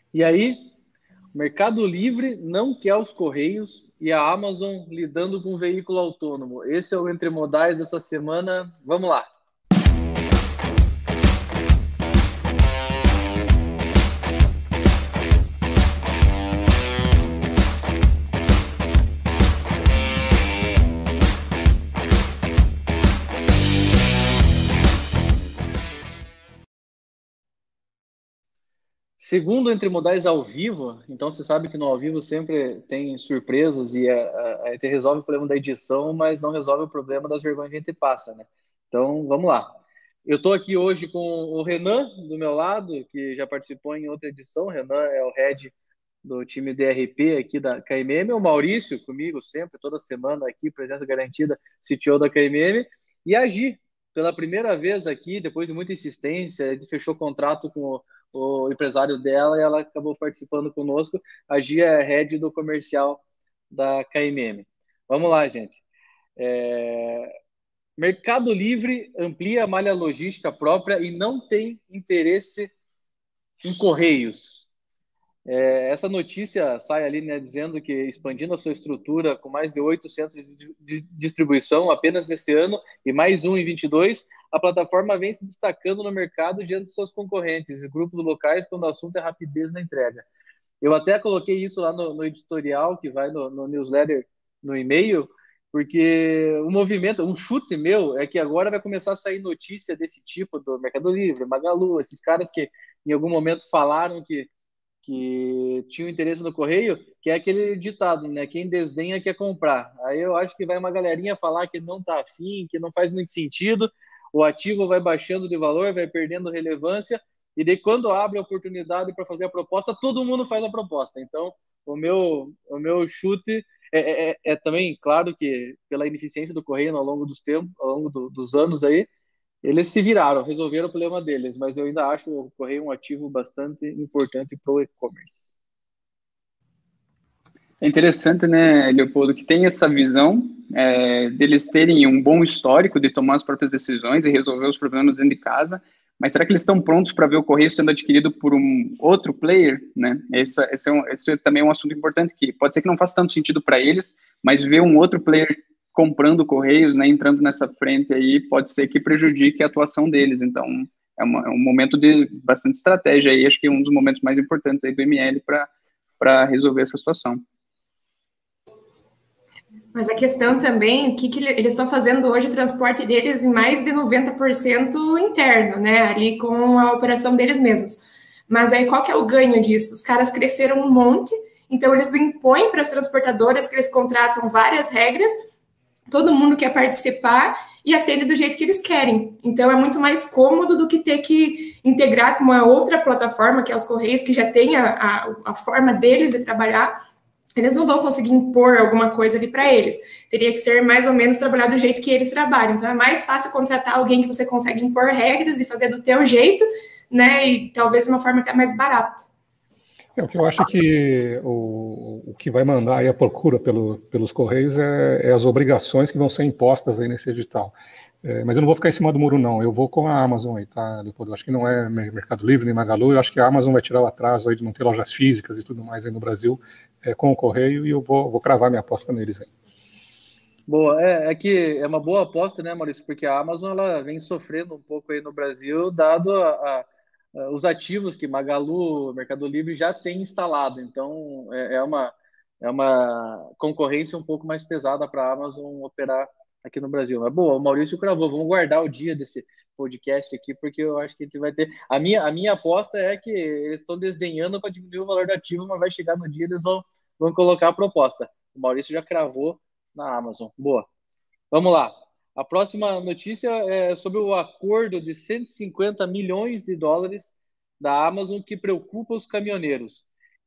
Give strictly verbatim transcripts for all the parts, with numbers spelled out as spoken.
E aí, o Mercado Livre não quer os Correios e a Amazon lidando com um veículo autônomo. Esse é o Entre Modais dessa semana. Vamos lá. Segundo Entre Modais ao vivo, então você sabe que no ao vivo sempre tem surpresas e a, a, a gente resolve o problema da edição, mas não resolve o problema das vergonhas que a gente passa, né? Então, vamos lá. Eu estou aqui hoje com o Renan do meu lado, que já participou em outra edição. O Renan é o head do time D R P aqui da K M M. O Maurício comigo sempre, toda semana aqui, presença garantida, C T O da K M M. E a Gi, pela primeira vez aqui, depois de muita insistência, ele fechou contrato com o o empresário dela e ela acabou participando conosco. A Gia é head do comercial da K M M. Vamos lá, gente. É... Mercado Livre amplia a malha logística própria e não tem interesse em correios. É, essa notícia sai ali, né, dizendo que expandindo a sua estrutura com mais de oito centros de distribuição apenas nesse ano e mais um em vinte e dois, a plataforma vem se destacando no mercado diante de seus concorrentes e grupos locais quando o assunto é rapidez na entrega. Eu até coloquei isso lá no, no editorial que vai no, no newsletter, no e-mail, porque o movimento, um chute meu é que agora vai começar a sair notícia desse tipo do Mercado Livre, Magalu, esses caras que em algum momento falaram que que tinha um interesse no correio, que é aquele ditado, né? Quem desdenha quer comprar. Aí eu acho que vai uma galerinha falar que não está afim, que não faz muito sentido, o ativo vai baixando de valor, vai perdendo relevância, e daí quando abre a oportunidade para fazer a proposta, todo mundo faz a proposta. Então, o meu, o meu chute é, é, é também, claro que pela ineficiência do correio ao longo dos tempos, ao longo do, dos anos aí, eles se viraram, resolveram o problema deles, mas eu ainda acho o correio um ativo bastante importante para o e-commerce. É interessante, né, Leopoldo, que tem essa visão é, deles terem um bom histórico de tomar as próprias decisões e resolver os problemas dentro de casa, mas será que eles estão prontos para ver o correio sendo adquirido por um outro player, né? Esse, esse, é, um, esse é também um assunto importante que pode ser que não faça tanto sentido para eles, mas ver um outro player comprando correios, né, entrando nessa frente aí, pode ser que prejudique a atuação deles. Então, é, uma, é um momento de bastante estratégia aí, acho que é um dos momentos mais importantes aí do M L para resolver essa situação. Mas a questão também, o que, que eles estão fazendo hoje, o transporte deles em mais de noventa por cento interno, né? Ali com a operação deles mesmos. Mas aí qual que é o ganho disso? Os caras cresceram um monte, então eles impõem para as transportadoras que eles contratam várias regras, todo mundo quer participar e atende do jeito que eles querem. Então é muito mais cômodo do que ter que integrar com uma outra plataforma, que é os Correios, que já tem a, a, a forma deles de trabalhar. Eles não vão conseguir impor alguma coisa ali para eles. Teria que ser mais ou menos trabalhar do jeito que eles trabalham. Então, é mais fácil contratar alguém que você consegue impor regras e fazer do teu jeito, né? E talvez de uma forma até mais barata. É, o que eu acho que o, o que vai mandar aí a procura pelo, pelos Correios é, é as obrigações que vão ser impostas aí nesse edital. É, mas eu não vou ficar em cima do muro, não. Eu vou com a Amazon aí, tá, Leopoldo? Eu acho que não é Mercado Livre nem Magalu. Eu acho que a Amazon vai tirar o atraso aí de não ter lojas físicas e tudo mais aí no Brasil é, com o Correio, e eu vou, vou cravar minha aposta neles aí. Boa, é, é que é uma boa aposta, né, Maurício? Porque a Amazon ela vem sofrendo um pouco aí no Brasil, dado a, a, a, os ativos que Magalu, Mercado Livre já tem instalado. Então, é, é uma, é uma concorrência um pouco mais pesada para a Amazon operar aqui no Brasil. Mas, boa, o Maurício cravou. Vamos guardar o dia desse podcast aqui, porque eu acho que a gente vai ter... A minha, a minha aposta é que eles estão desdenhando para diminuir o valor do ativo, mas vai chegar no dia eles vão, vão colocar a proposta. O Maurício já cravou na Amazon. Boa. Vamos lá. A próxima notícia é sobre o acordo de cento e cinquenta milhões de dólares da Amazon que preocupa os caminhoneiros.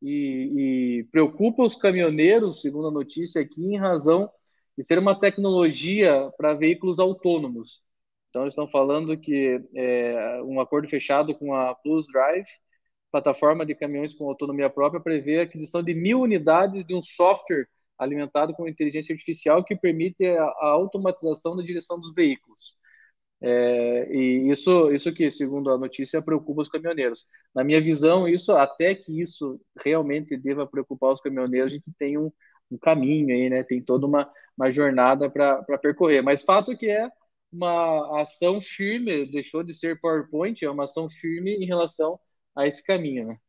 E, e preocupa os caminhoneiros, segundo a notícia aqui, em razão de ser uma tecnologia para veículos autônomos. Então, eles estão falando que é, um acordo fechado com a Plus Drive, plataforma de caminhões com autonomia própria, prevê a aquisição de mil unidades de um software alimentado com inteligência artificial que permite a, a automatização da direção dos veículos. É, e isso, isso que, segundo a notícia, preocupa os caminhoneiros. Na minha visão, isso até que isso realmente deva preocupar os caminhoneiros, a gente tem um, um caminho aí, né? Tem toda uma, uma jornada para percorrer. Mas fato que é uma ação firme, deixou de ser PowerPoint, é uma ação firme em relação a esse caminho, né?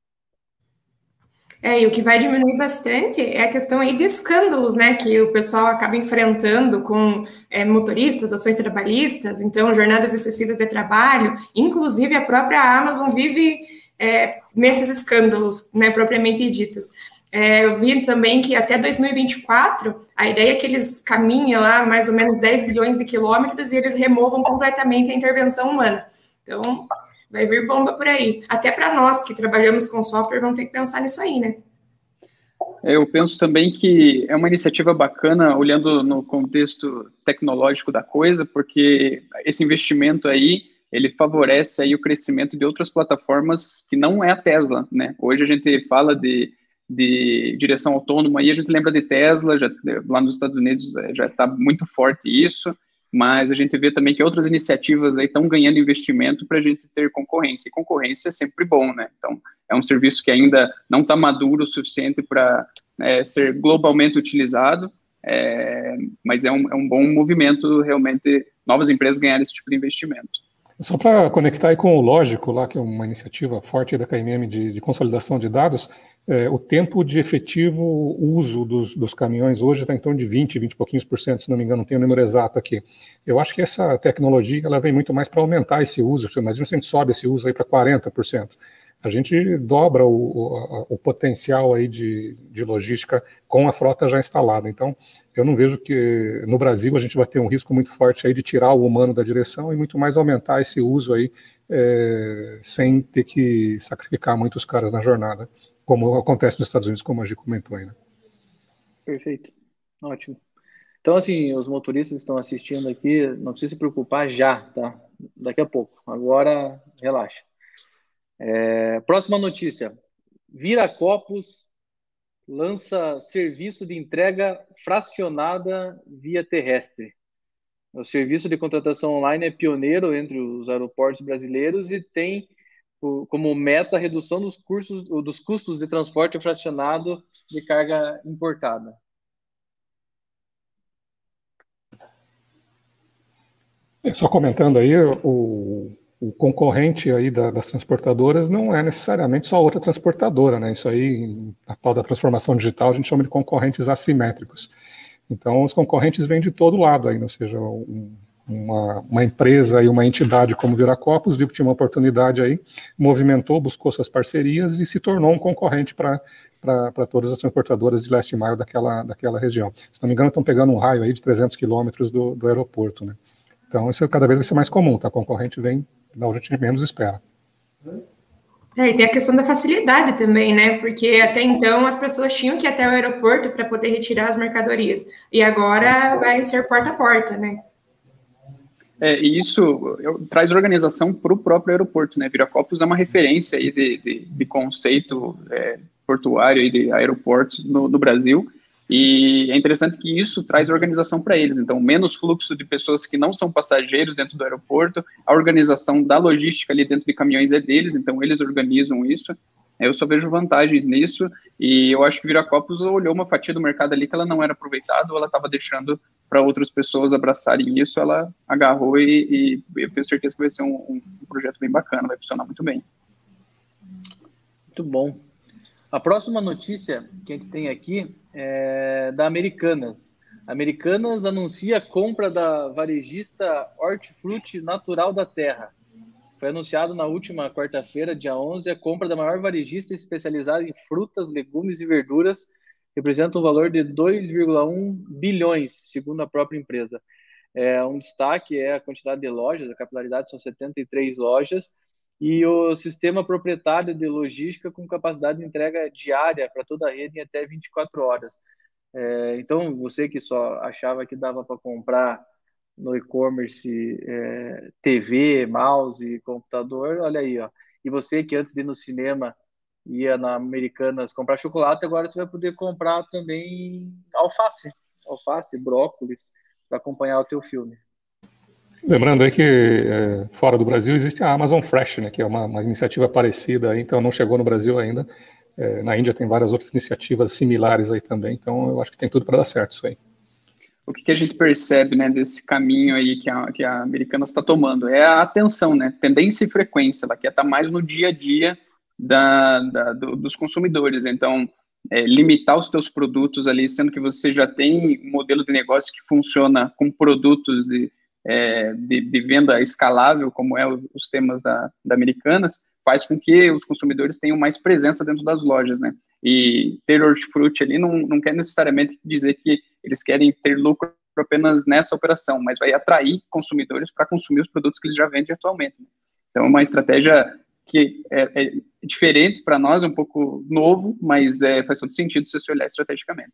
É, e o que vai diminuir bastante é a questão aí de escândalos, né, que o pessoal acaba enfrentando com é, motoristas, ações trabalhistas, então jornadas excessivas de trabalho, inclusive a própria Amazon vive é, nesses escândalos, né, propriamente ditos. É, eu vi também que até dois mil e vinte e quatro, a ideia é que eles caminhem lá mais ou menos dez bilhões de quilômetros e eles removam completamente a intervenção humana. Então, vai vir bomba por aí. Até para nós que trabalhamos com software, vamos ter que pensar nisso aí, né? Eu penso também que é uma iniciativa bacana, olhando no contexto tecnológico da coisa, porque esse investimento aí, ele favorece aí o crescimento de outras plataformas que não é a Tesla, né? Hoje a gente fala de, de direção autônoma e a gente lembra de Tesla, já, lá nos Estados Unidos já está muito forte isso, mas a gente vê também que outras iniciativas aí estão ganhando investimento para a gente ter concorrência, e concorrência é sempre bom, né? Então, é um serviço que ainda não está maduro o suficiente para é, ser globalmente utilizado, é, mas é um, é um bom movimento, realmente, novas empresas ganharem esse tipo de investimento. Só para conectar aí com o Lógico, lá, que é uma iniciativa forte da K M M de, de consolidação de dados, é, o tempo de efetivo uso dos, dos caminhões hoje está em torno de vinte, vinte e pouquinhos por cento, se não me engano, não tenho o número exato aqui. Eu acho que essa tecnologia ela vem muito mais para aumentar esse uso. Imagina se a gente sobe esse uso aí para quarenta por cento. A gente dobra o, o, o potencial aí de, de logística com a frota já instalada. Então, eu não vejo que no Brasil a gente vai ter um risco muito forte aí de tirar o humano da direção e muito mais aumentar esse uso aí é, sem ter que sacrificar muitos caras na jornada, como acontece nos Estados Unidos, como a Gi comentou aí, né? Perfeito, ótimo. Então, assim, os motoristas estão assistindo aqui, não precisa se preocupar já, tá? Daqui a pouco. Agora, relaxa. É, próxima notícia. Viracopos lança serviço de entrega fracionada via terrestre. O serviço de contratação online é pioneiro entre os aeroportos brasileiros e tem como meta a redução dos, cursos, dos custos de transporte fracionado de carga importada. Só comentando aí, o, o concorrente aí da, das transportadoras não é necessariamente só outra transportadora, né? Isso aí, a tal da transformação digital, a gente chama de concorrentes assimétricos. Então, os concorrentes vêm de todo lado aí, ou seja, um, uma, uma empresa e uma entidade como Viracopos viu que tinha uma oportunidade aí, movimentou, buscou suas parcerias e se tornou um concorrente para para todas as transportadoras de leste mile daquela, daquela região. Se não me engano, estão pegando um raio aí de trezentos quilômetros do, do aeroporto, né? Então, isso cada vez vai ser mais comum, tá? A concorrente vem da onde a gente menos espera. É, e tem a questão da facilidade também, né? Porque até então as pessoas tinham que ir até o aeroporto para poder retirar as mercadorias. E agora vai ser porta a porta, né? É, e isso eu, traz organização para o próprio aeroporto, né? Viracopos é uma referência aí de, de, de conceito é, portuário e de aeroportos no, no Brasil. E é interessante que isso traz organização para eles. Então, menos fluxo de pessoas que não são passageiros dentro do aeroporto, a organização da logística ali dentro de caminhões é deles, então eles organizam isso. Eu só vejo vantagens nisso, e eu acho que Viracopos olhou uma fatia do mercado ali que ela não era aproveitada, ou ela estava deixando para outras pessoas abraçarem isso, ela agarrou e, e eu tenho certeza que vai ser um, um projeto bem bacana, vai funcionar muito bem. Muito bom. A próxima notícia que a gente tem aqui é da Americanas. Americanas anuncia a compra da varejista Hortifruti Natural da Terra. Foi anunciado na última quarta-feira, dia onze, a compra da maior varejista especializada em frutas, legumes e verduras, representa um valor de dois vírgula um bilhões, segundo a própria empresa. É, um destaque é a quantidade de lojas, a capilaridade são setenta e três lojas, e o sistema proprietário de logística com capacidade de entrega diária para toda a rede em até vinte e quatro horas. É, então, você que só achava que dava para comprar no e-commerce é, T V, mouse, computador, olha aí, ó. E você que antes de ir no cinema ia na Americanas comprar chocolate, agora você vai poder comprar também alface, alface, brócolis, para acompanhar o teu filme. Lembrando aí que é, fora do Brasil existe a Amazon Fresh, né, que é uma, uma iniciativa parecida, aí, então não chegou no Brasil ainda. É, na Índia tem várias outras iniciativas similares aí também, então eu acho que tem tudo para dar certo isso aí. O que, que a gente percebe, né, desse caminho aí que a, que a Americanas está tomando? É a atenção, né, tendência e frequência, ela quer estar mais no dia a dia da, da, do, dos consumidores, né? Então, é, limitar os teus produtos ali, sendo que você já tem um modelo de negócio que funciona com produtos de, é, de, de venda escalável, como é o, os temas da, da Americanas, faz com que os consumidores tenham mais presença dentro das lojas, né? E ter hortifruti ali não, não quer necessariamente dizer que eles querem ter lucro apenas nessa operação, mas vai atrair consumidores para consumir os produtos que eles já vendem atualmente. Então, é uma estratégia que é, é diferente para nós, é um pouco novo, mas é, faz todo sentido se você olhar estrategicamente.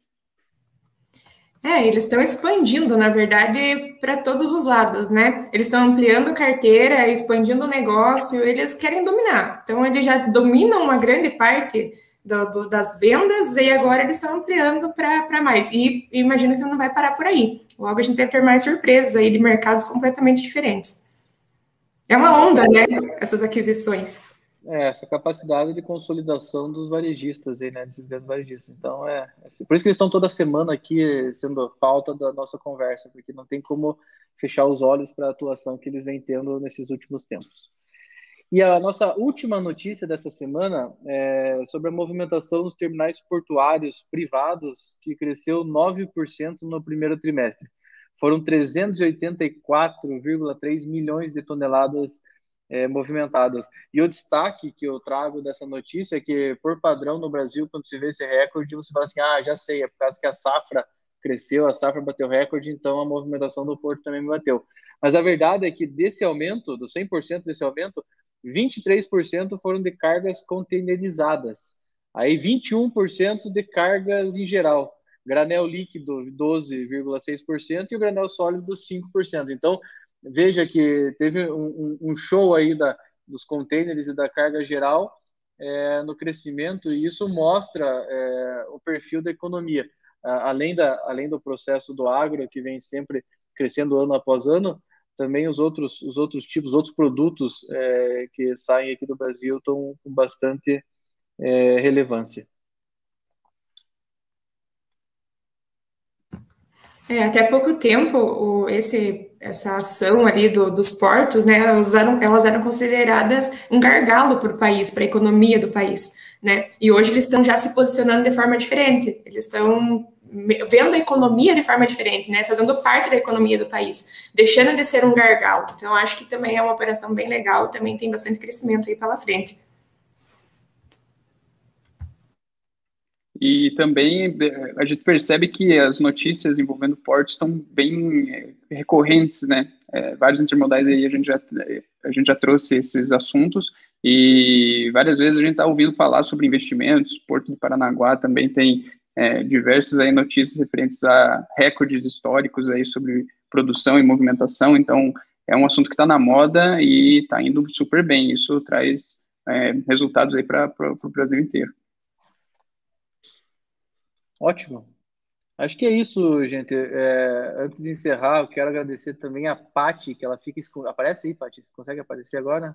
É, eles estão expandindo, na verdade, para todos os lados, né? Eles estão ampliando a carteira, expandindo o negócio, eles querem dominar. Então, eles já dominam uma grande parte do, do, das vendas e agora eles estão ampliando para mais. E imagino que não vai parar por aí. Logo, a gente deve ter mais surpresas aí de mercados completamente diferentes. É uma onda, né? Essas aquisições. É, essa capacidade de consolidação dos varejistas aí, né, desses grandes varejistas. Então, é, é por isso que eles estão toda semana aqui sendo pauta da nossa conversa, porque não tem como fechar os olhos para a atuação que eles vêm tendo nesses últimos tempos. E a nossa última notícia dessa semana é sobre a movimentação nos terminais portuários privados, que cresceu nove por cento no primeiro trimestre. Foram trezentos e oitenta e quatro vírgula três milhões de toneladas É, movimentadas. E o destaque que eu trago dessa notícia é que, por padrão, no Brasil, quando se vê esse recorde, você fala assim, ah, já sei, é por causa que a safra cresceu, a safra bateu recorde, então a movimentação do porto também bateu. Mas a verdade é que desse aumento, do cem por cento desse aumento, vinte e três por cento foram de cargas containerizadas. Aí vinte e um por cento de cargas em geral. Granel líquido, doze vírgula seis por cento, e o granel sólido, cinco por cento. Então, veja que teve um, um show aí da, dos containers e da carga geral é, no crescimento, e isso mostra é, o perfil da economia. Além, da, além do processo do agro, que vem sempre crescendo ano após ano, também os outros, os outros tipos, os outros produtos é, que saem aqui do Brasil estão com bastante é, relevância. É, até pouco tempo, o, esse, essa ação ali do, dos portos, né, elas eram, elas eram consideradas um gargalo para o país, para a economia do país, né, e hoje eles estão já se posicionando de forma diferente, eles estão vendo a economia de forma diferente, né, fazendo parte da economia do país, deixando de ser um gargalo. Então, acho que também é uma operação bem legal, também tem bastante crescimento aí pela frente. E também a gente percebe que as notícias envolvendo portos estão bem recorrentes, né? É, vários intermodais aí a gente, já, a gente já trouxe esses assuntos e várias vezes a gente está ouvindo falar sobre investimentos. Porto de Paranaguá também tem é, diversas aí notícias referentes a recordes históricos aí sobre produção e movimentação. Então, é um assunto que está na moda e está indo super bem. Isso traz é, resultados aí para o Brasil inteiro. Ótimo. Acho que é isso, gente. É, antes de encerrar, eu quero agradecer também a Paty, que ela fica... Esco... Aparece aí, Paty? Consegue aparecer agora?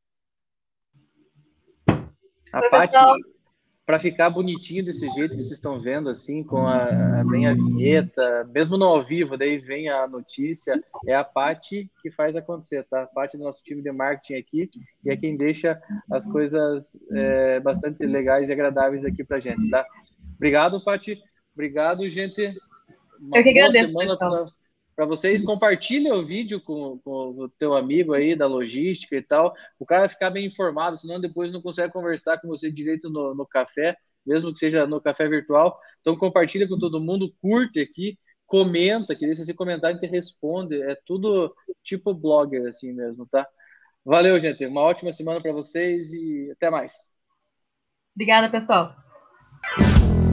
A Paty, para ficar bonitinho desse jeito que vocês estão vendo, assim, com a, vem a vinheta, mesmo no ao vivo, daí vem a notícia, é a Paty que faz acontecer, tá? A Paty do nosso time de marketing aqui, e é quem deixa as coisas é, bastante legais e agradáveis aqui pra gente, tá? Obrigado, Paty. Obrigado, gente. Uma Eu que boa agradeço, semana para vocês. Compartilha o vídeo com, com o teu amigo aí da logística e tal, o cara ficar bem informado, senão depois não consegue conversar com você direito no, no café, mesmo que seja no café virtual. Então, compartilha com todo mundo, curte aqui, comenta, que se você comentar, a gente responde. É tudo tipo blogger, assim mesmo, tá? Valeu, gente. Uma ótima semana para vocês e até mais. Obrigada, pessoal.